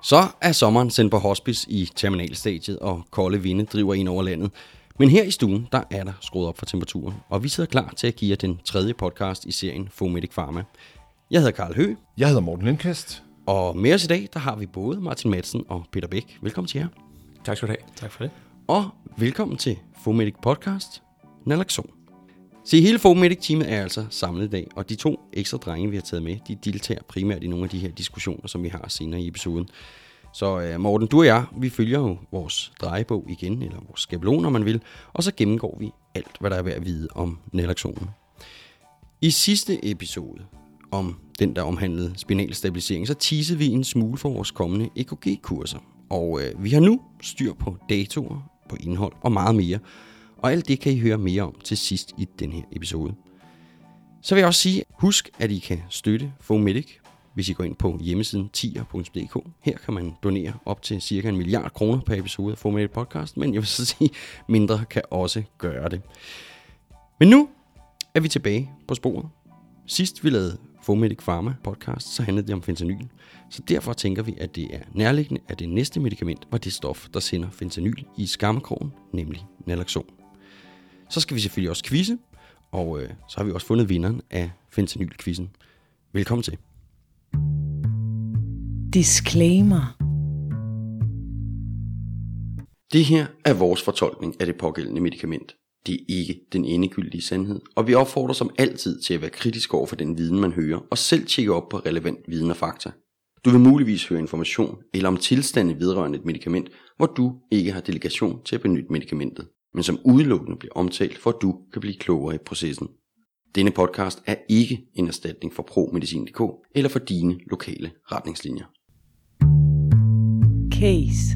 Så er sommeren sendt på hospice i terminalstadiet, og kolde vinde driver ind over landet. Men her i stuen, der er der skruet op for temperaturen, og vi sidder klar til at give jer den tredje podcast i serien Fomedic Pharma. Jeg hedder Karl Høgh. Jeg hedder Morten Lindqvist. Og med os i dag, der har vi både Martin Madsen og Peter Bæk. Velkommen til jer. Tak skal du have. Tak for det. Og velkommen til Fomedic Podcast, Naloxon. Se, hele Fomedic-teamet er altså samlet i dag, og de to ekstra drenge, vi har taget med, de deltager primært i nogle af de her diskussioner, som vi har senere i episoden. Så Morten, du og jeg, vi følger jo vores drejebog igen, eller vores skabelon, om man vil, og så gennemgår vi alt, hvad der er værd at vide om naloxonen. I sidste episode, om den der omhandlede spinal stabilisering, så teasede vi en smule for vores kommende EKG-kurser. Og vi har nu styr på datoer, på indhold og meget mere. Og alt det kan I høre mere om til sidst i den her episode. Så vil jeg også sige, husk at I kan støtte Fomedic, hvis I går ind på hjemmesiden tier.dk. Her kan man donere op til cirka 1 milliard kroner per episode af Fomedic Podcast, men jeg vil så sige, mindre kan også gøre det. Men nu er vi tilbage på sporet. Sidst vi lavede Fomedic Pharma podcast, så handlede det om fentanyl. Så derfor tænker vi, at det er nærliggende, at det næste medicament var det stof, der sender fentanyl i skammekrogen, nemlig naloxon. Så skal vi selvfølgelig også quizze, og så har vi også fundet vinderen af fentanyl-quizzen. Velkommen til. Disclaimer. Det her er vores fortolkning af det pågældende medicament. Det er ikke den endegyldige sandhed, og vi opfordrer som altid til at være kritisk over for den viden, man hører, og selv tjekke op på relevant viden og fakta. Du vil muligvis høre information eller om tilstande vedrørende et medicament, hvor du ikke har delegation til at benytte medicamentet, men som udelukkende bliver omtalt, for at du kan blive klogere i processen. Denne podcast er ikke en erstatning for ProMedicin.dk eller for dine lokale retningslinjer. Case.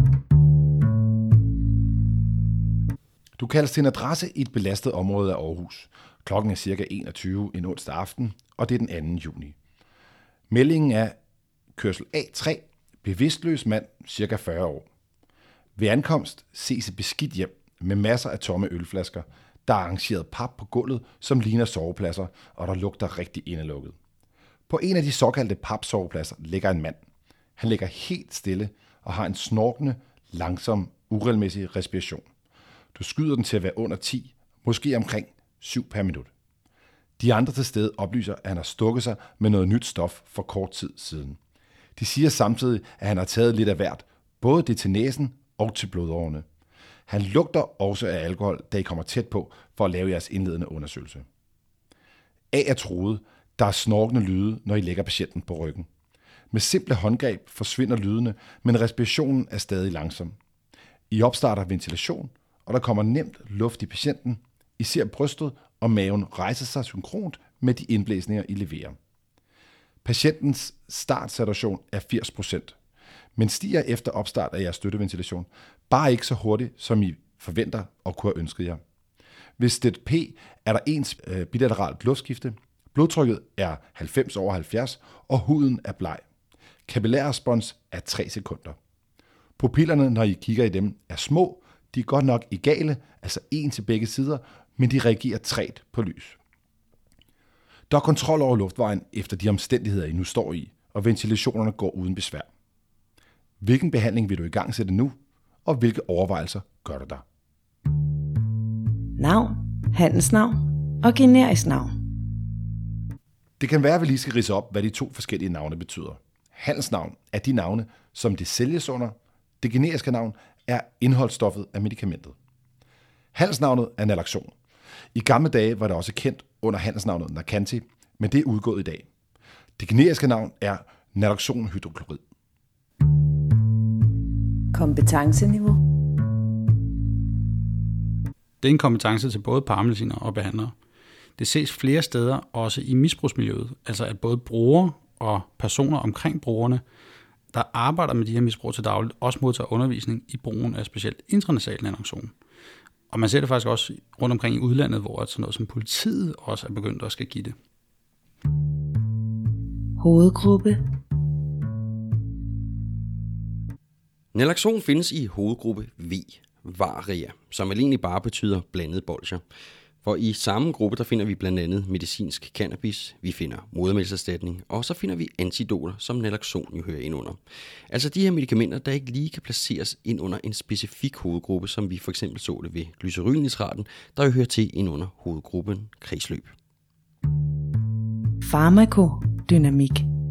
Du kaldes til en adresse i et belastet område af Aarhus. Klokken er ca. 21 en onsdag aften, og det er den 2. juni. Meldingen er kørsel A3, bevidstløs mand, ca. 40 år. Ved ankomst ses et beskidt hjem med masser af tomme ølflasker. Der er arrangeret pap på gulvet, som ligner sovepladser, og der lugter rigtig indelukket. På en af de såkaldte papsovepladser ligger en mand. Han ligger helt stille og har en snorkende, langsom, uregelmæssig respiration. Du skyder den til at være under 10, måske omkring 7 per minut. De andre til stede oplyser, at han har stukket sig med noget nyt stof for kort tid siden. De siger samtidig, at han har taget lidt af hvert, både det til næsen og til blodårene. Han lugter også af alkohol, da I kommer tæt på for at lave jeres indledende undersøgelse. A er truet. Der er snorkende lyde, når I lægger patienten på ryggen. Med simple håndgreb forsvinder lydene, men respirationen er stadig langsom. I opstarter ventilation, og der kommer nemt luft i patienten. I ser brystet og maven rejser sig synkront med de indblæsninger, I leverer. Patientens startsaturation er 80%, men stiger efter opstart af jeres støtteventilation, bare ikke så hurtigt, som I forventer og kunne have ønsket jer. Ved sted P er der ens bilateralt luftskifte, blodtrykket er 90/70, og huden er bleg. Kapillærrespons er 3 sekunder. Pupillerne, når I kigger i dem, er små. De er godt nok egale, altså en til begge sider, men de reagerer trægt på lys. Der er kontrol over luftvejen efter de omstændigheder, I nu står i, og ventilationerne går uden besvær. Hvilken behandling vil du i gang sætte nu, og hvilke overvejelser gør du der? Navn, handelsnavn og generisk navn. Det kan være, at vi lige skal ridse op, hvad de to forskellige navne betyder. Handelsnavn er de navne, som det sælges under. Det generiske navn er indholdsstoffet af medicamentet. Handelsnavnet er naloxon. I gamle dage var det også kendt under handelsnavnet Narcanti, men det er udgået i dag. Det generiske navn er naloxonhydroklorid. Kompetenceniveau. Det er en kompetence til både paramediciner og behandlere. Det ses flere steder, også i misbrugsmiljøet, altså at både brugere og personer omkring brugerne, der arbejder med de her misbrug til dagligt, også modtager undervisning i brugen af specielt intranasal naloxon. Og man ser det faktisk også rundt omkring i udlandet, hvor sådan noget som politiet også er begyndt at skal give det. Hovedgruppe. Naloxon findes i hovedgruppe V, varia, som vel egentlig bare betyder blandet bolsjer. For i samme gruppe, der finder vi blandt andet medicinsk cannabis, vi finder modermælkserstatning, og så finder vi antidoter, som naloxon jo hører ind under. Altså de her medicamenter, der ikke lige kan placeres ind under en specifik hovedgruppe, som vi for eksempel så det ved glycerylnitraten, der jo hører til ind under hovedgruppen kredsløb. Farmakodynamik.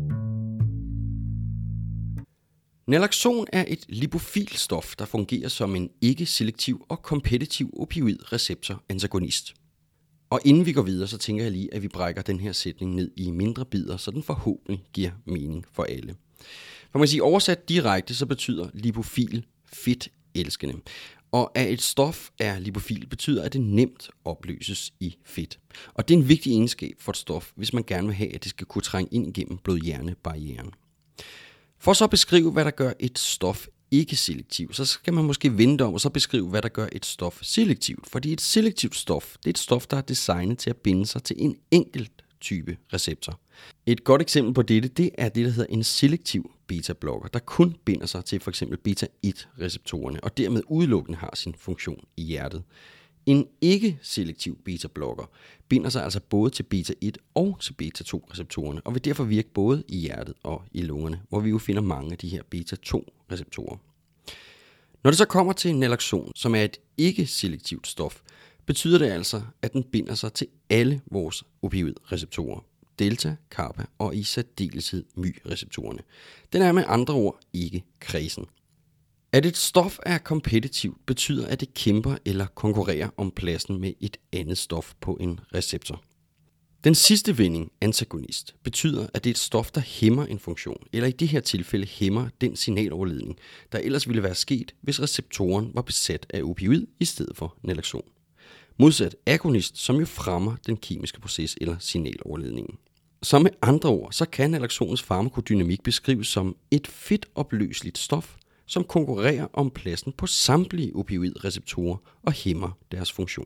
Naloxon er et lipofilstof, der fungerer som en ikke-selektiv og kompetitiv opioid-receptor-antagonist. Og inden vi går videre, så tænker jeg lige, at vi brækker den her sætning ned i mindre bidder, så den forhåbentlig giver mening for alle. For man kan sige, oversat direkte, så betyder lipofil fedtelskende. Og at et stof er lipofil betyder, at det nemt opløses i fedt. Og det er en vigtig egenskab for et stof, hvis man gerne vil have, at det skal kunne trænge ind igennem blod-hjerne-barrieren. For så at beskrive, hvad der gør et stof ikke-selektivt, så skal man måske vente om og så beskrive, hvad der gør et stof selektivt. Fordi et selektivt stof, det er et stof, der er designet til at binde sig til en enkelt type receptor. Et godt eksempel på dette, det er det, der hedder en selektiv beta-blokker, der kun binder sig til f.eks. beta-1-receptorerne, og dermed udelukkende har sin funktion i hjertet. En ikke-selektiv beta-blokker binder sig altså både til beta-1 og til beta-2-receptorerne, og vil derfor virke både i hjertet og i lungerne, hvor vi jo finder mange af de her beta-2-receptorer. Når det så kommer til naloxon, som er et ikke-selektivt stof, betyder det altså, at den binder sig til alle vores opioid-receptorer. Delta, kappa og i særdeleshed my-receptorerne. Den er med andre ord ikke kredsen. At et stof er kompetitivt betyder, at det kæmper eller konkurrerer om pladsen med et andet stof på en receptor. Den sidste vending, antagonist, betyder, at det er et stof, der hæmmer en funktion, eller i det her tilfælde hæmmer den signaloverledning, der ellers ville være sket, hvis receptoren var besat af opioid i stedet for naloxon. Modsat agonist, som jo fremmer den kemiske proces eller signaloverledningen. Så med andre ord, så kan naloxonens farmakodynamik beskrives som et fedtopløseligt stof, som konkurrerer om pladsen på samtlige opioidreceptorer og hæmmer deres funktion.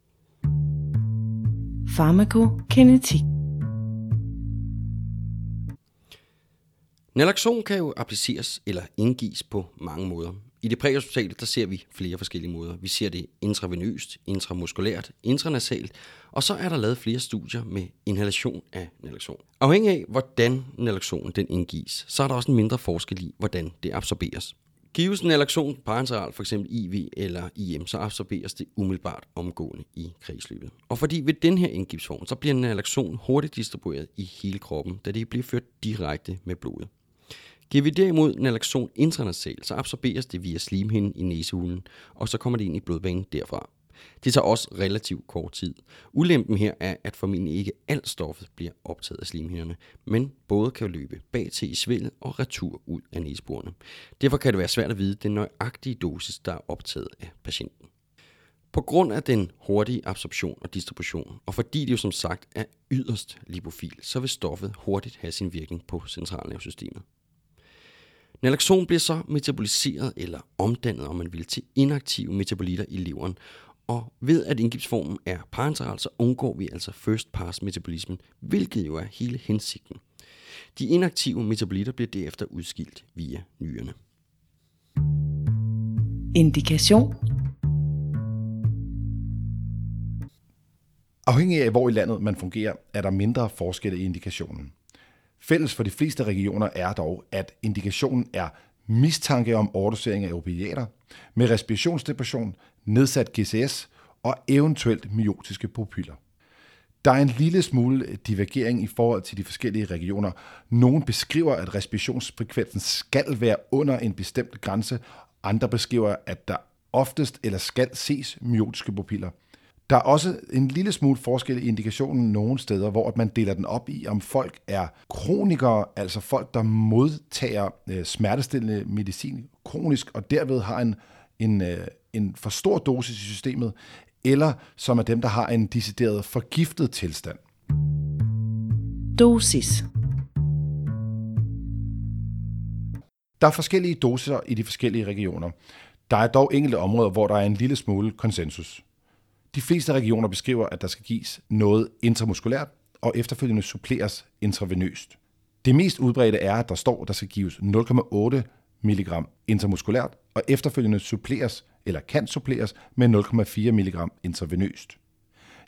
Farmakokinetik. Naloxon kan jo appliceres eller indgives på mange måder. I det præhospitale, der ser vi flere forskellige måder. Vi ser det intravenøst, intramuskulært, intranasalt, og så er der lavet flere studier med inhalation af naloxon. Afhængig af, hvordan naloxonen den indgives, så er der også en mindre forskel i, hvordan det absorberes. Gives naloxon parenteral, f.eks. IV eller IM, så absorberes det umiddelbart omgående i kredsløbet. Og fordi ved den her indgivsform, så bliver naloxon hurtigt distribueret i hele kroppen, da det bliver ført direkte med blodet. Giver vi derimod naloxon intranasalt, så absorberes det via slimhinden i næsehulen, og så kommer det ind i blodbanen derfra. Det tager også relativt kort tid. Ulempen her er, at formentlig ikke alt stoffet bliver optaget af slimhinderne, men både kan løbe bag til i svælget og retur ud af næseborene. Derfor kan det være svært at vide den nøjagtige dosis, der er optaget af patienten. På grund af den hurtige absorption og distribution, og fordi det jo som sagt er yderst lipofil, så vil stoffet hurtigt have sin virkning på centralnervesystemet. Naloxon bliver så metaboliseret eller omdannet, om man vil, til inaktive metabolitter i leveren, og ved at indgivsformen er parenteral, så undgår vi altså first pass metabolismen, hvilket jo er hele hensigten. De inaktive metabolitter bliver derefter udskilt via nyrerne. Indikation. Afhængig af hvor i landet man fungerer, er der mindre forskelle i indikationen. Fælles for de fleste regioner er dog, at indikationen er mistanke om overdosering af opiater med respirationsdepression, nedsat GCS og eventuelt myotiske pupiller. Der er en lille smule divergering i forhold til de forskellige regioner. Nogle beskriver, at respirationsfrekvensen skal være under en bestemt grænse. Andre beskriver, at der oftest eller skal ses myotiske pupiller. Der er også en lille smule forskel i indikationen nogle steder, hvor man deler den op i, om folk er kronikere, altså folk, der modtager smertestillende medicin kronisk, og derved har en for stor dosis i systemet, eller som er dem, der har en decideret forgiftet tilstand. Dosis. Der er forskellige dosiser i de forskellige regioner. Der er dog enkelte områder, hvor der er en lille smule konsensus. De fleste regioner beskriver, at der skal gives noget intramuskulært, og efterfølgende suppleres intravenøst. Det mest udbredte er, at der står, at der skal gives 0,8 mg intramuskulært, og efterfølgende suppleres, eller kan suppleres, med 0,4 mg intravenøst.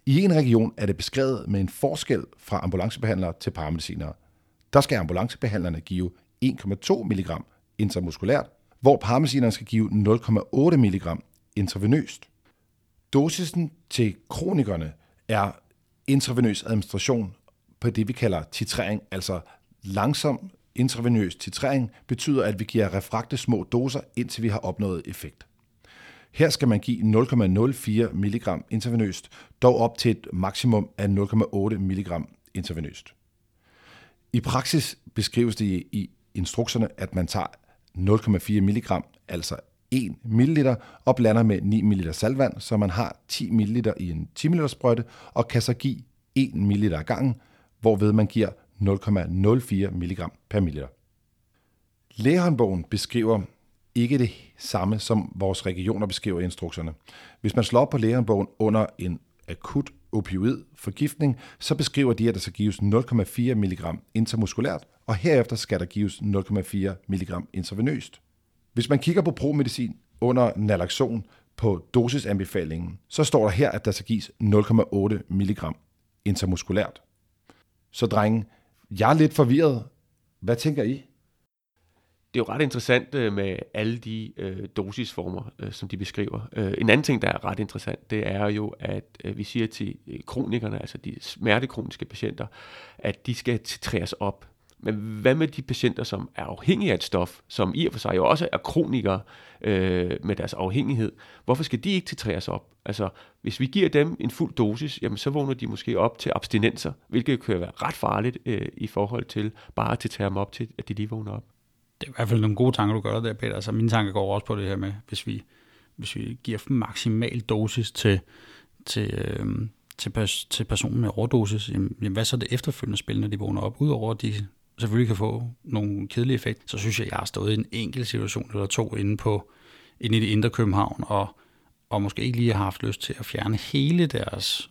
I en region er det beskrevet med en forskel fra ambulancebehandlere til paramedicinere. Der skal ambulancebehandlerne give 1,2 mg intramuskulært, hvor paramedicinerne skal give 0,8 mg intravenøst. Dosisen til kronikerne er intravenøs administration på det, vi kalder titrering, altså langsom intravenøs titrering betyder, at vi giver refrakte små doser, indtil vi har opnået effekt. Her skal man give 0,04 mg intravenøst, dog op til et maksimum af 0,8 mg intravenøst. I praksis beskrives det i instrukserne, at man tager 0,4 mg, altså 1 ml, og blander med 9 ml saltvand, så man har 10 ml i en 10 ml sprøjte, og kan så give 1 ml ad gangen, hvorved man giver 0,04 mg per milliliter. Lægehåndbogen beskriver ikke det samme, som vores regioner beskriver i instrukserne. Hvis man slår op på lægehåndbogen under en akut opioidforgiftning, så beskriver de, at der skal gives 0,4 mg intramuskulært, og herefter skal der gives 0,4 mg intravenøst. Hvis man kigger på promedicin under naloxon på dosisanbefalingen, så står der her, at der skal gives 0,8 mg intramuskulært. Så drenge, jeg er lidt forvirret. Hvad tænker I? Det er jo ret interessant med alle de dosisformer, som de beskriver. En anden ting, der er ret interessant, det er jo, at vi siger til kronikerne, altså de smertekroniske patienter, at de skal titreres op. Men hvad med de patienter, som er afhængige af et stof, som i og for sig jo også er kronikere med deres afhængighed? Hvorfor skal de ikke titreres op? Altså, hvis vi giver dem en fuld dosis, jamen, så vågner de måske op til abstinenser, hvilket kan være ret farligt i forhold til bare at titrere dem op til, at de lige vågner op. Det er i hvert fald nogle gode tanker, du gør der, Peter. Altså, mine tanker går også på det her med, hvis vi giver maksimal dosis til personen med overdosis, jamen, hvad så det efterfølgende spil, når de vågner op? Udover at de selvfølgelig kan få nogle kedelige effekter, så synes jeg har stået i en enkelt situation eller to inde i det indre København, og måske ikke lige har haft lyst til at fjerne hele deres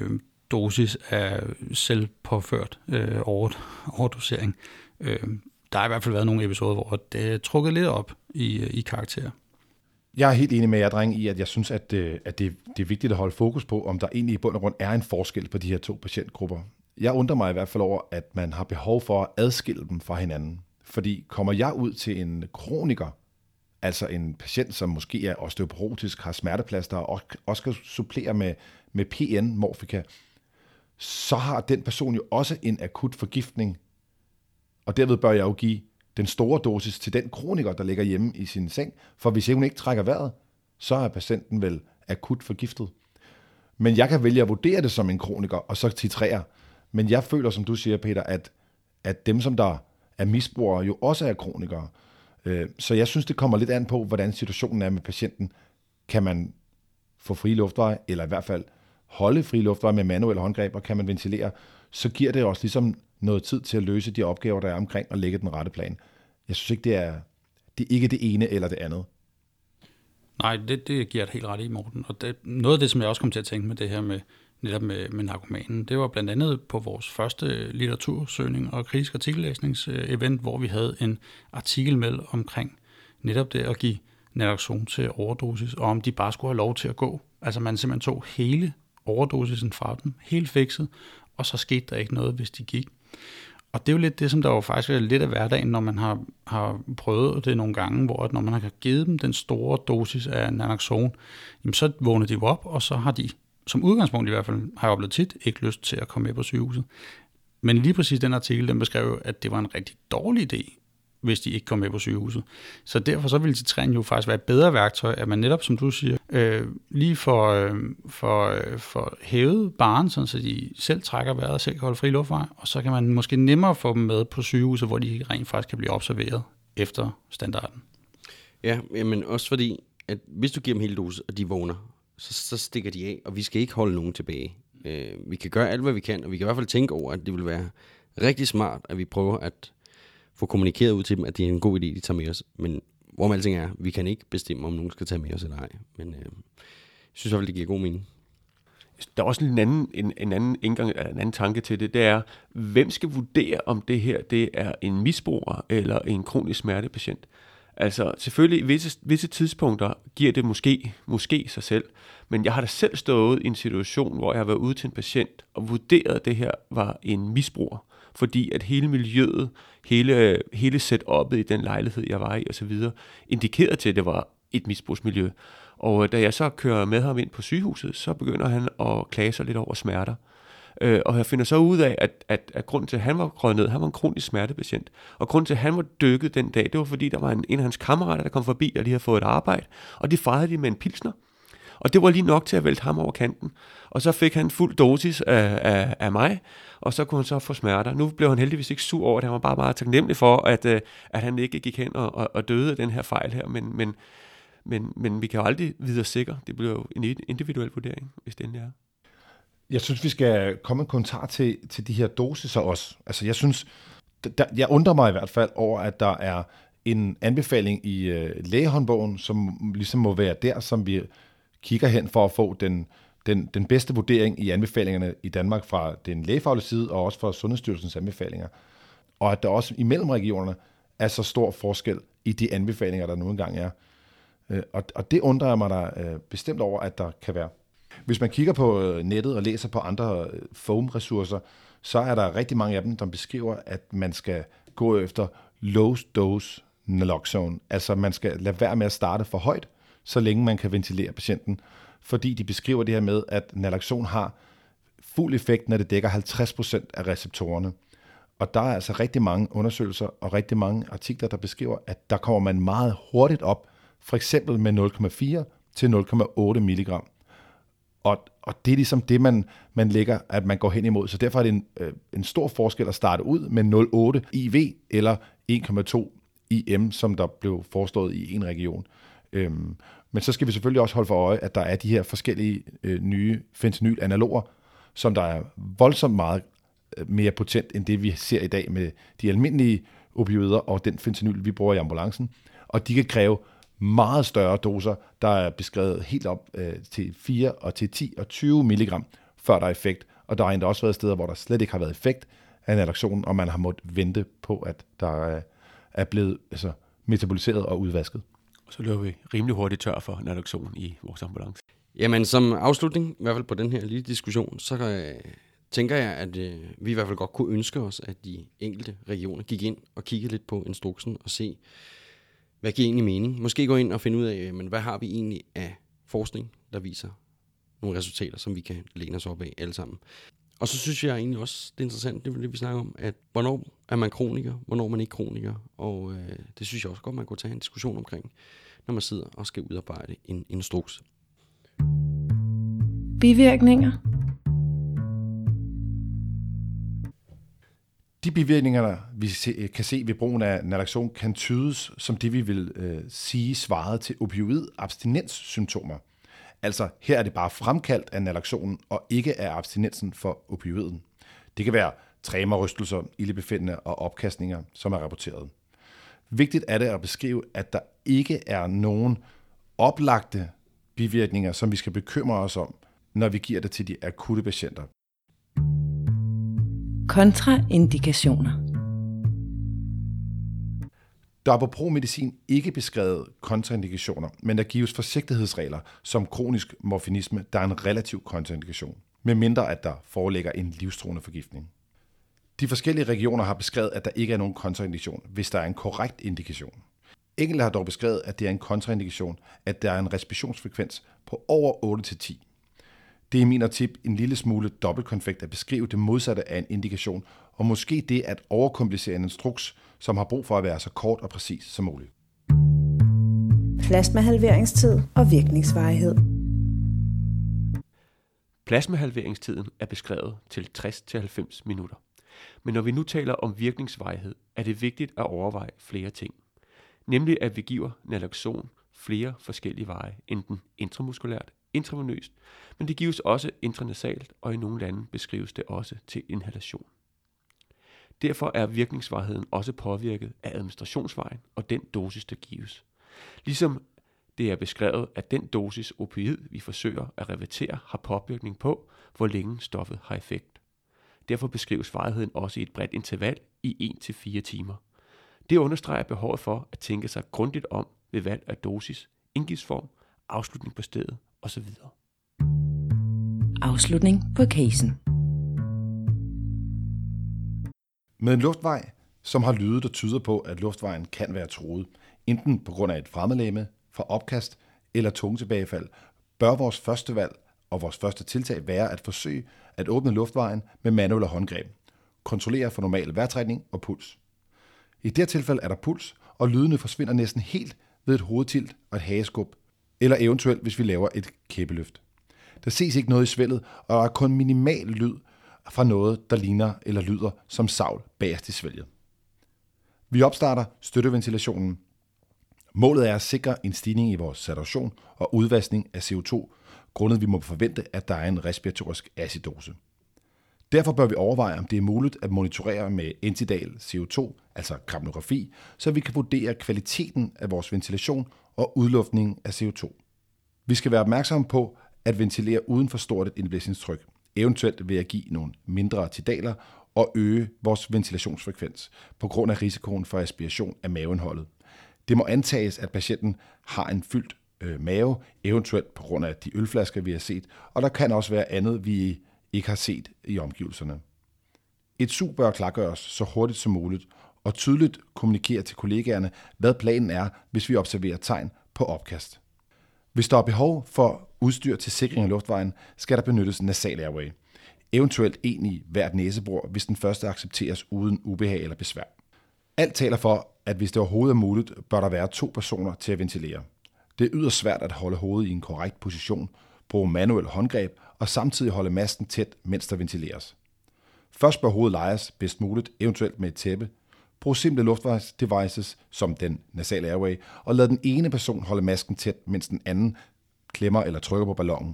dosis af selvpåført overdosering. Der har i hvert fald været nogle episoder, hvor det er trukket lidt op i karakter. Jeg er helt enig med jer, drenge, i, at jeg synes, at det er vigtigt at holde fokus på, om der egentlig i bund og grund er en forskel på de her to patientgrupper. Jeg undrer mig i hvert fald over, at man har behov for at adskille dem fra hinanden. Fordi kommer jeg ud til en kroniker, altså en patient, som måske er osteoporotisk, har smerteplaster og også skal supplere med PN-morfika, så har den person jo også en akut forgiftning. Og derved bør jeg jo give den store dosis til den kroniker, der ligger hjemme i sin seng, for hvis hun ikke trækker vejret, så er patienten vel akut forgiftet. Men jeg kan vælge at vurdere det som en kroniker, og så titrere. Men jeg føler, som du siger, Peter, at dem, som der er misbrugere, jo også er kronikere. Så jeg synes, det kommer lidt an på, hvordan situationen er med patienten. Kan man få fri luftveje, eller i hvert fald holde fri luftveje med manuelle håndgreb, og kan man ventilere, så giver det også ligesom noget tid til at løse de opgaver, der er omkring, og lægge den rette plan. Jeg synes ikke, det er ikke det ene eller det andet. Nej, det giver et helt ret i, Morten. Og noget af det, som jeg også kom til at tænke med det her netop med narkomanen, det var blandt andet på vores første litteratursøgning og kritisk artikellæsningsevent, hvor vi havde en artikel med omkring netop det at give naloxon til overdosis, og om de bare skulle have lov til at gå. Altså man simpelthen tog hele overdosisen fra dem, helt fikset, og så skete der ikke noget, hvis de gik. Og det er jo lidt det, som der jo faktisk er lidt af hverdagen, når man har prøvet det nogle gange, hvor når man har givet dem den store dosis af naloxon, jamen så vågner de op, og så har de, som udgangspunkt i hvert fald, har jeg oplevet tit, ikke lyst til at komme med på sygehuset. Men lige præcis den artikel, den beskrev, at det var en rigtig dårlig idé, hvis de ikke kom med på sygehuset. Så derfor så ville titrering jo faktisk være et bedre værktøj, at man netop, som du siger, lige får hævet barren, så de selv trækker vejret og selv kan holde fri luftvej, og så kan man måske nemmere få dem med på sygehuset, hvor de rent faktisk kan blive observeret efter standarden. Ja, men også fordi, at hvis du giver dem hele dosis, og de vågner, så stikker de af, og vi skal ikke holde nogen tilbage. Vi kan gøre alt, hvad vi kan, og vi kan i hvert fald tænke over, at det vil være rigtig smart, at vi prøver at få kommunikeret ud til dem, at det er en god idé, de tager med os. Men hvorom alting er, vi kan ikke bestemme, om nogen skal tage med os eller ej. Men jeg synes i hvert fald, det giver god mening. Der er også en anden tanke til det, det er, hvem skal vurdere, om det her det er en misbruger eller en kronisk smertepatient? Altså selvfølgelig i visse tidspunkter giver det måske sig selv, men jeg har da selv stået i en situation, hvor jeg har været ude til en patient og vurderet, at det her var en misbruger, fordi at hele miljøet, hele setup'et i den lejlighed, jeg var i osv., indikerede til, at det var et misbrugsmiljø. Og da jeg så kører med ham ind på sygehuset, så begynder han at klage sig lidt over smerter. Og jeg finder så ud af, at grunden til, at han var røget ned, han var en kronisk smertepatient. Og grunden til, at han var dykket den dag, det var fordi, der var en af hans kammerater, der kom forbi, og lige havde fået et arbejde. Og det fejrede de med en pilsner. Og det var lige nok til at vælte ham over kanten. Og så fik han fuld dosis af mig, og så kunne han så få smerter. Nu blev han heldigvis ikke sur over det. Han var bare meget taknemmelig for, at han ikke gik hen og døde af den her fejl her. Men vi kan jo aldrig vide os sikre. Det bliver jo en individuel vurdering, hvis det endelig er. Jeg synes, vi skal komme en kommentar til de her dosiser også. Altså, jeg synes, jeg undrer mig i hvert fald over, at der er en anbefaling i lægehåndbogen, som ligesom må være der, som vi kigger hen for at få den bedste vurdering i anbefalingerne i Danmark fra den lægefaglige side, og også fra Sundhedsstyrelsens anbefalinger. Og at der også imellem regionerne er så stor forskel i de anbefalinger, der nu engang er. Og det undrer jeg mig da bestemt over, at der kan være. Hvis man kigger på nettet og læser på andre foam-ressourcer, så er der rigtig mange af dem, der beskriver, at man skal gå efter low dose naloxone. Altså man skal lade være med at starte for højt, så længe man kan ventilere patienten. Fordi de beskriver det her med, at naloxon har fuld effekt, når det dækker 50% af receptorerne. Og der er altså rigtig mange undersøgelser og rigtig mange artikler, der beskriver, at der kommer man meget hurtigt op, for eksempel med 0,4 til 0,8 milligram. Og det er ligesom det, man lægger, at man går hen imod. Så derfor er det en stor forskel at starte ud med 0,8 IV eller 1,2 IM, som der blev foreslået i en region. Men så skal vi selvfølgelig også holde for øje, at der er de her forskellige nye fentanyl-analoger, som der er voldsomt meget mere potent end det, vi ser i dag med de almindelige opioider og den fentanyl, vi bruger i ambulancen. Og de kan kræve meget større doser, der er beskrevet helt op til 4 og til 10 og 20 milligram, før der er effekt. Og der har endda også været steder, hvor der slet ikke har været effekt af naloxon, og man har måttet vente på, at der er blevet metaboliseret og udvasket. Så løber vi rimelig hurtigt tør for naloxon i vores ambulance. Jamen som afslutning, i hvert fald på den her lille diskussion, så tænker jeg, at vi i hvert fald godt kunne ønske os, at de enkelte regioner gik ind og kiggede lidt på instruksen og se, hvad giver egentlig mening? Måske gå ind og finde ud af, men hvad har vi egentlig af forskning, der viser nogle resultater, som vi kan læne os op af alle sammen. Og så synes jeg egentlig også, det er interessant, det vi snakker om, at hvornår er man kroniker, hvornår er man ikke kroniker. Og det synes jeg også godt, man kunne tage en diskussion omkring, når man sidder og skal udarbejde en instruks. Bivirkninger. De bivirkninger, vi kan se ved brugen af naloxon, kan tydes som det, vi vil sige svaret til opioid-abstinenssymptomer. Altså her er det bare fremkaldt af naloxonen og ikke af abstinensen for opioiden. Det kan være tremor, rystelser, ildebefindende og opkastninger, som er rapporteret. Vigtigt er det at beskrive, at der ikke er nogen oplagte bivirkninger, som vi skal bekymre os om, når vi giver det til de akutte patienter. Kontraindikationer. Der er på promedicin ikke beskrevet kontraindikationer, men der gives forsigtighedsregler som kronisk morfinisme, der er en relativ kontraindikation, medmindre at der foreligger en livstruende forgiftning. De forskellige regioner har beskrevet, at der ikke er nogen kontraindikation, hvis der er en korrekt indikation. Enkelte har dog beskrevet, at det er en kontraindikation, at der er en respirationsfrekvens på over 8-10. Det er i min tip en lille smule dobbeltkonfekt at beskrive det modsatte af en indikation, og måske det at overkomplicere en instruks, som har brug for at være så kort og præcis som muligt. Plasmahalveringstid og virkningsvarighed. Plasmahalveringstiden er beskrevet til 60-90 minutter. Men når vi nu taler om virkningsvarighed, er det vigtigt at overveje flere ting. Nemlig at vi giver naloxon flere forskellige veje, enten intramuskulært, intravenøst, men det gives også intranasalt, og i nogle lande beskrives det også til inhalation. Derfor er virkningsvarigheden også påvirket af administrationsvejen og den dosis, der gives. Ligesom det er beskrevet, at den dosis opioid, vi forsøger at revertere, har påvirkning på, hvor længe stoffet har effekt. Derfor beskrives varigheden også i et bredt interval i 1-4 timer. Det understreger behovet for at tænke sig grundigt om ved valg af dosis, indgiftsform, afslutning på stedet osv. Afslutning på casen. Med en luftvej, som har lyde, der tyder på, at luftvejen kan være truet, enten på grund af et fremmedlegeme, fra opkast eller tungetilbagefald, bør vores første valg og vores første tiltag være at forsøge at åbne luftvejen med manuelle håndgreb. Kontrollere for normal vejrtrækning og puls. I det her tilfælde er der puls, og lydene forsvinder næsten helt ved et hovedtilt og et hageskub, eller eventuelt hvis vi laver et kæbeløft. Der ses ikke noget i svældet, og der er kun minimal lyd fra noget, der ligner eller lyder som savl bagerst i svælget. Vi opstarter støtteventilationen. Målet er at sikre en stigning i vores saturation og udvaskning af CO2, grundet vi må forvente, at der er en respiratorisk acidose. Derfor bør vi overveje, om det er muligt at monitorere med intidal CO2, altså krapnografi, så vi kan vurdere kvaliteten af vores ventilation og udluftningen af CO2. Vi skal være opmærksomme på at ventilere uden for stort et indblæsningstryk, eventuelt ved at give nogle mindre tidaler og øge vores ventilationsfrekvens på grund af risikoen for aspiration af maveindholdet. Det må antages, at patienten har en fyldt mave, eventuelt på grund af de ølflasker, vi har set, og der kan også være andet, vi ikke har set i omgivelserne. Et sug bør klargøres så hurtigt som muligt, og tydeligt kommunikere til kollegaerne, hvad planen er, hvis vi observerer tegn på opkast. Hvis der er behov for udstyr til sikring af luftvejen, skal der benyttes nasal airway. Eventuelt en i hvert næsebor, hvis den første accepteres uden ubehag eller besvær. Alt taler for, at hvis det overhovedet er muligt, bør der være 2 personer til at ventilere. Det er yderst svært at holde hovedet i en korrekt position, bruge manuel håndgreb og samtidig holde masken tæt, mens der ventileres. Først bør hovedet lejes bedst muligt, eventuelt med et tæppe. Brug simple luftvejsdevices som den nasal airway, og lad den ene person holde masken tæt, mens den anden klemmer eller trykker på ballonen.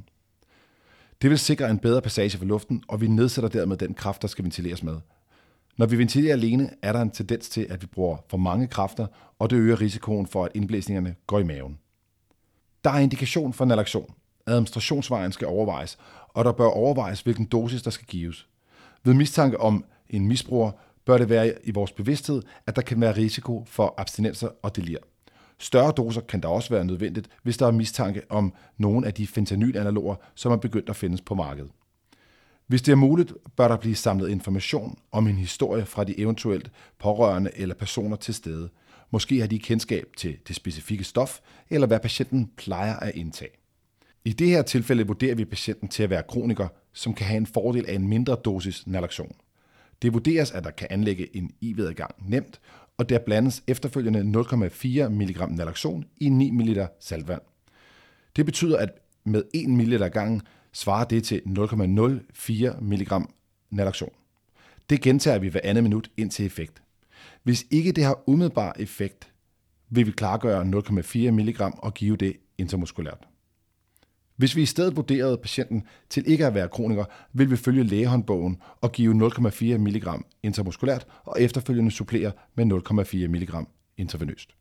Det vil sikre en bedre passage for luften, og vi nedsætter dermed den kraft, der skal ventileres med. Når vi ventilerer alene, er der en tendens til, at vi bruger for mange kræfter, og det øger risikoen for, at indblæsningerne går i maven. Der er indikation for naloxon. Administrationsvejen skal overvejes, og der bør overvejes, hvilken dosis der skal gives. Ved mistanke om en misbruger, bør det være i vores bevidsthed, at der kan være risiko for abstinenser og delir. Større doser kan der også være nødvendigt, hvis der er mistanke om nogle af de fentanylanaloger, som er begyndt at findes på markedet. Hvis det er muligt, bør der blive samlet information om en historie fra de eventuelt pårørende eller personer til stede. Måske har de kendskab til det specifikke stof, eller hvad patienten plejer at indtage. I det her tilfælde vurderer vi patienten til at være kroniker, som kan have en fordel af en mindre dosis naloxon. Det vurderes, at der kan anlægge en IV-adgang nemt, og der blandes efterfølgende 0,4 mg naloxon i 9 ml saltvand. Det betyder, at med 1 ml ad gangen svarer det til 0,04 mg naloxon. Det gentager vi hver andet minut indtil effekt. Hvis ikke det har umiddelbar effekt, vil vi klargøre 0,4 mg og give det intramuskulært. Hvis vi i stedet vurderede patienten til ikke at være kroniker, vil vi følge lægehåndbogen og give 0,4 mg intramuskulært og efterfølgende supplere med 0,4 mg intravenøst.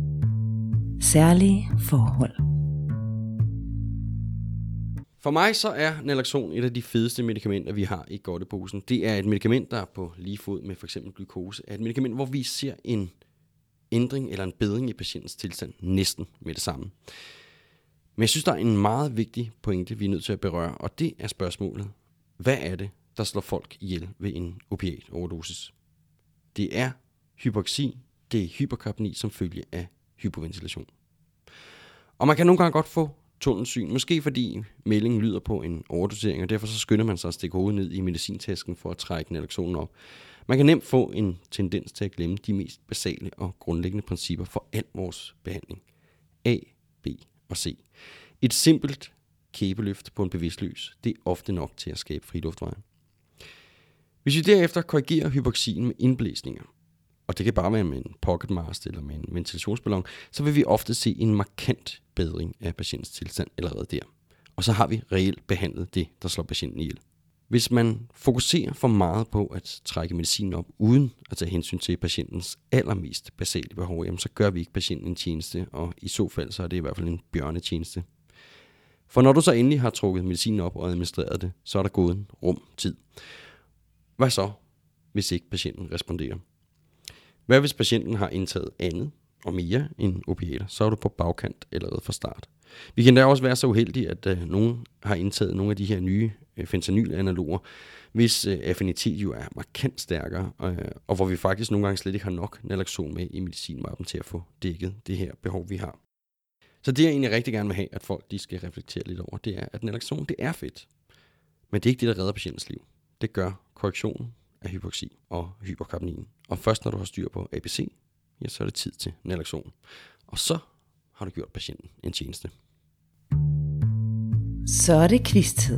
Særlige forhold. For mig så er naloxon et af de fedeste medicamenter, vi har i godteposen. Det er et medicament, der er på lige fod med f.eks. glukose. Er et medicament, hvor vi ser en ændring eller en bedring i patientens tilstand næsten med det samme. Men jeg synes, der er en meget vigtig pointe, vi er nødt til at berøre, og det er spørgsmålet. Hvad er det, der slår folk ihjel ved en opiat-overdosis? Det er hypoxi, det er hyperkapni som følge af hypoventilation. Og man kan nogle gange godt få tunnelsyn, måske fordi meldingen lyder på en overdosering, og derfor så skynder man sig at stikke hovedet ned i medicintasken for at trække naloxonen op. Man kan nemt få en tendens til at glemme de mest basale og grundlæggende principper for al vores behandling. A, B og C. Et simpelt kæbeløft på en bevidstløs, det er ofte nok til at skabe fri luftveje. Hvis vi derefter korrigerer hypoxien med indblæsninger, og det kan bare være med en pocket mask eller med en ventilationsballon, så vil vi ofte se en markant bedring af patientens tilstand allerede der. Og så har vi reelt behandlet det, der slår patienten ihjel. Hvis man fokuserer for meget på at trække medicinen op, uden at tage hensyn til patientens allermest basale behov, jamen, så gør vi ikke patienten en tjeneste, og i så fald så er det i hvert fald en bjørnetjeneste. For når du så endelig har trukket medicinen op og administreret det, så er der gået en rum tid. Hvad så, hvis ikke patienten responderer? Hvad hvis patienten har indtaget andet og mere end opiater, så er du på bagkant allerede fra start. Vi kan da også være så uheldige, at nogen har indtaget nogle af de her nye fentanylanaloger, hvis affinitet jo er markant stærkere, og hvor vi faktisk nogle gange slet ikke har nok naloxon med i medicinmappen til at få dækket det her behov, vi har. Så det jeg egentlig rigtig gerne vil have, at folk de skal reflektere lidt over, det er, at naloxon det er fedt. Men det er ikke det, der redder patientens liv. Det gør korrektionen af hypoxi og hyperkapnin. Og først når du har styr på ABC, ja, så er det tid til naloxon. Og så har du gjort patienten en tjeneste. Så er det quiz-tid.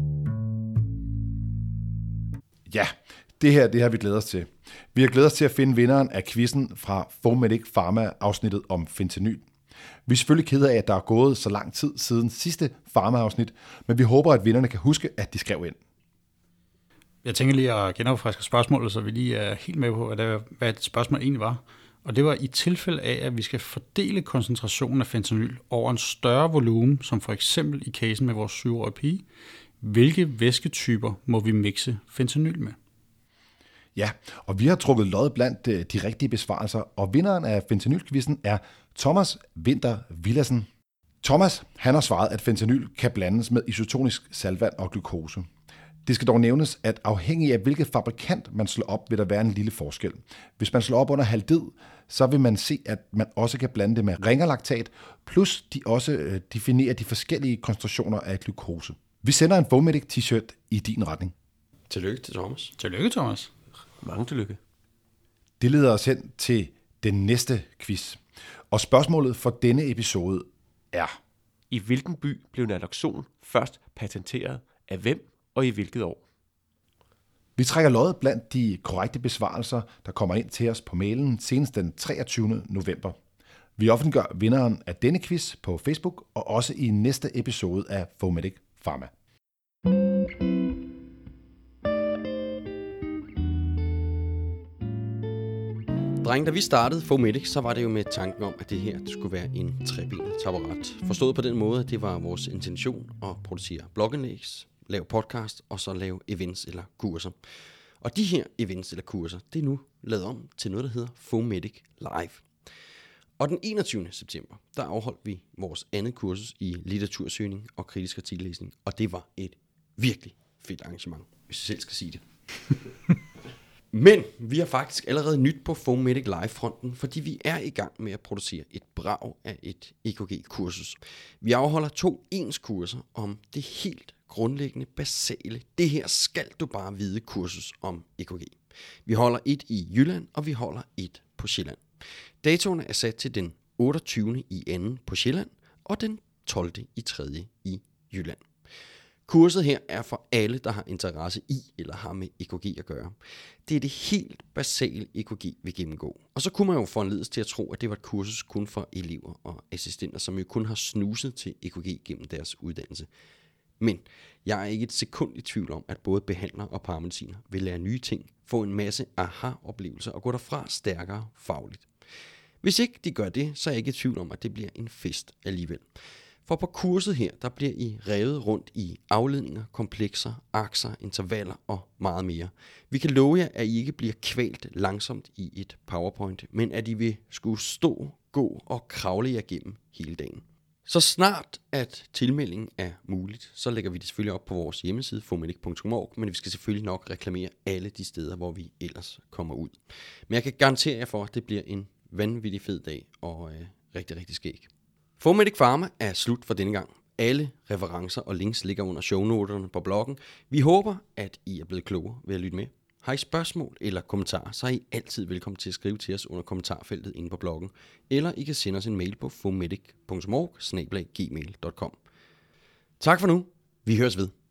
Ja, det her har vi glædet os til. Vi har glædet os til at finde vinderen af quizzen fra Fomedic Pharma-afsnittet om fentanyl. Vi er selvfølgelig kede af, at der er gået så lang tid siden sidste Pharma-afsnit, men vi håber, at vinderne kan huske, at de skrev ind. Jeg tænker lige at genopfriske spørgsmålet, så vi lige er helt med på, hvad det spørgsmål egentlig var. Og det var i tilfælde af, at vi skal fordele koncentrationen af fentanyl over en større volumen, som for eksempel i casen med vores 7-årige pige. Hvilke væsketyper må vi mixe fentanyl med? Ja, og vi har trukket lod blandt de rigtige besvarelser, og vinderen af fentanylquizzen er Thomas Winter Villadsen. Thomas, han har svaret, at fentanyl kan blandes med isotonisk saltvand og glukose. Det skal dog nævnes, at afhængig af hvilket fabrikant man slår op, vil der være en lille forskel. Hvis man slår op under haldid, så vil man se, at man også kan blande det med ringerlaktat, plus de også definerer de forskellige koncentrationer af glukose. Vi sender en Fomedic t-shirt i din retning. Tillykke til Thomas. Tillykke, Thomas. Mange tillykke. Det leder os hen til den næste quiz. Og spørgsmålet for denne episode er: I hvilken by blev naloxon først patenteret af hvem og i hvilket år? Vi trækker loddet blandt de korrekte besvarelser, der kommer ind til os på mailen senest den 23. november. Vi offentliggør vinderen af denne quiz på Facebook og også i næste episode af Fomedic Pharma. Drenge, da vi startede Fomedic, så var det jo med tanken om, at det her det skulle være en trebenet taburet. Forstået på den måde, at det var vores intention at producere blogindlæg, lave podcast og så lave events eller kurser. Og de her events eller kurser, det er nu lavet om til noget, der hedder Fomedic Live. Og den 21. september, der afholdt vi vores andet kursus i litteratursøgning og kritisk artikellæsning. Og det var et virkelig fedt arrangement, hvis jeg selv skal sige det. Men vi har faktisk allerede nyt på Fomedic Live-fronten, fordi vi er i gang med at producere et brag af et EKG-kursus. Vi afholder 2 ens-kurser om det helt grundlæggende, basale, det her skal du bare vide kursus om EKG. Vi holder et i Jylland, og vi holder et på Sjælland. Datoerne er sat til den 28. i anden på Sjælland, og den 12. i 3. i Jylland. Kurset her er for alle, der har interesse i eller har med EKG at gøre. Det er det helt basale EKG, vi gennemgår. Og så kunne man jo foranledes til at tro, at det var et kursus kun for elever og assistenter, som jo kun har snuset til EKG gennem deres uddannelse. Men jeg er ikke et sekund i tvivl om, at både behandlere og paramediciner vil lære nye ting, få en masse aha-oplevelser og gå derfra stærkere fagligt. Hvis ikke de gør det, så er jeg ikke i tvivl om, at det bliver en fest alligevel. For på kurset her, der bliver I revet rundt i afledninger, komplekser, akser, intervaller og meget mere. Vi kan love jer, at I ikke bliver kvalt langsomt i et PowerPoint, men at I vil skulle stå, gå og kravle jer igennem hele dagen. Så snart at tilmeldingen er muligt, så lægger vi det selvfølgelig op på vores hjemmeside, fomedic.org, men vi skal selvfølgelig nok reklamere alle de steder, hvor vi ellers kommer ud. Men jeg kan garantere jer for, at det bliver en vanvittig fed dag og rigtig, rigtig skæg. Fomedic Pharma er slut for denne gang. Alle referencer og links ligger under shownoterne på bloggen. Vi håber, at I er blevet klogere ved at lytte med. Har I spørgsmål eller kommentarer, så er I altid velkommen til at skrive til os under kommentarfeltet inde på bloggen. Eller I kan sende os en mail på fomedic.org/gmail.com. Tak for nu. Vi høres ved.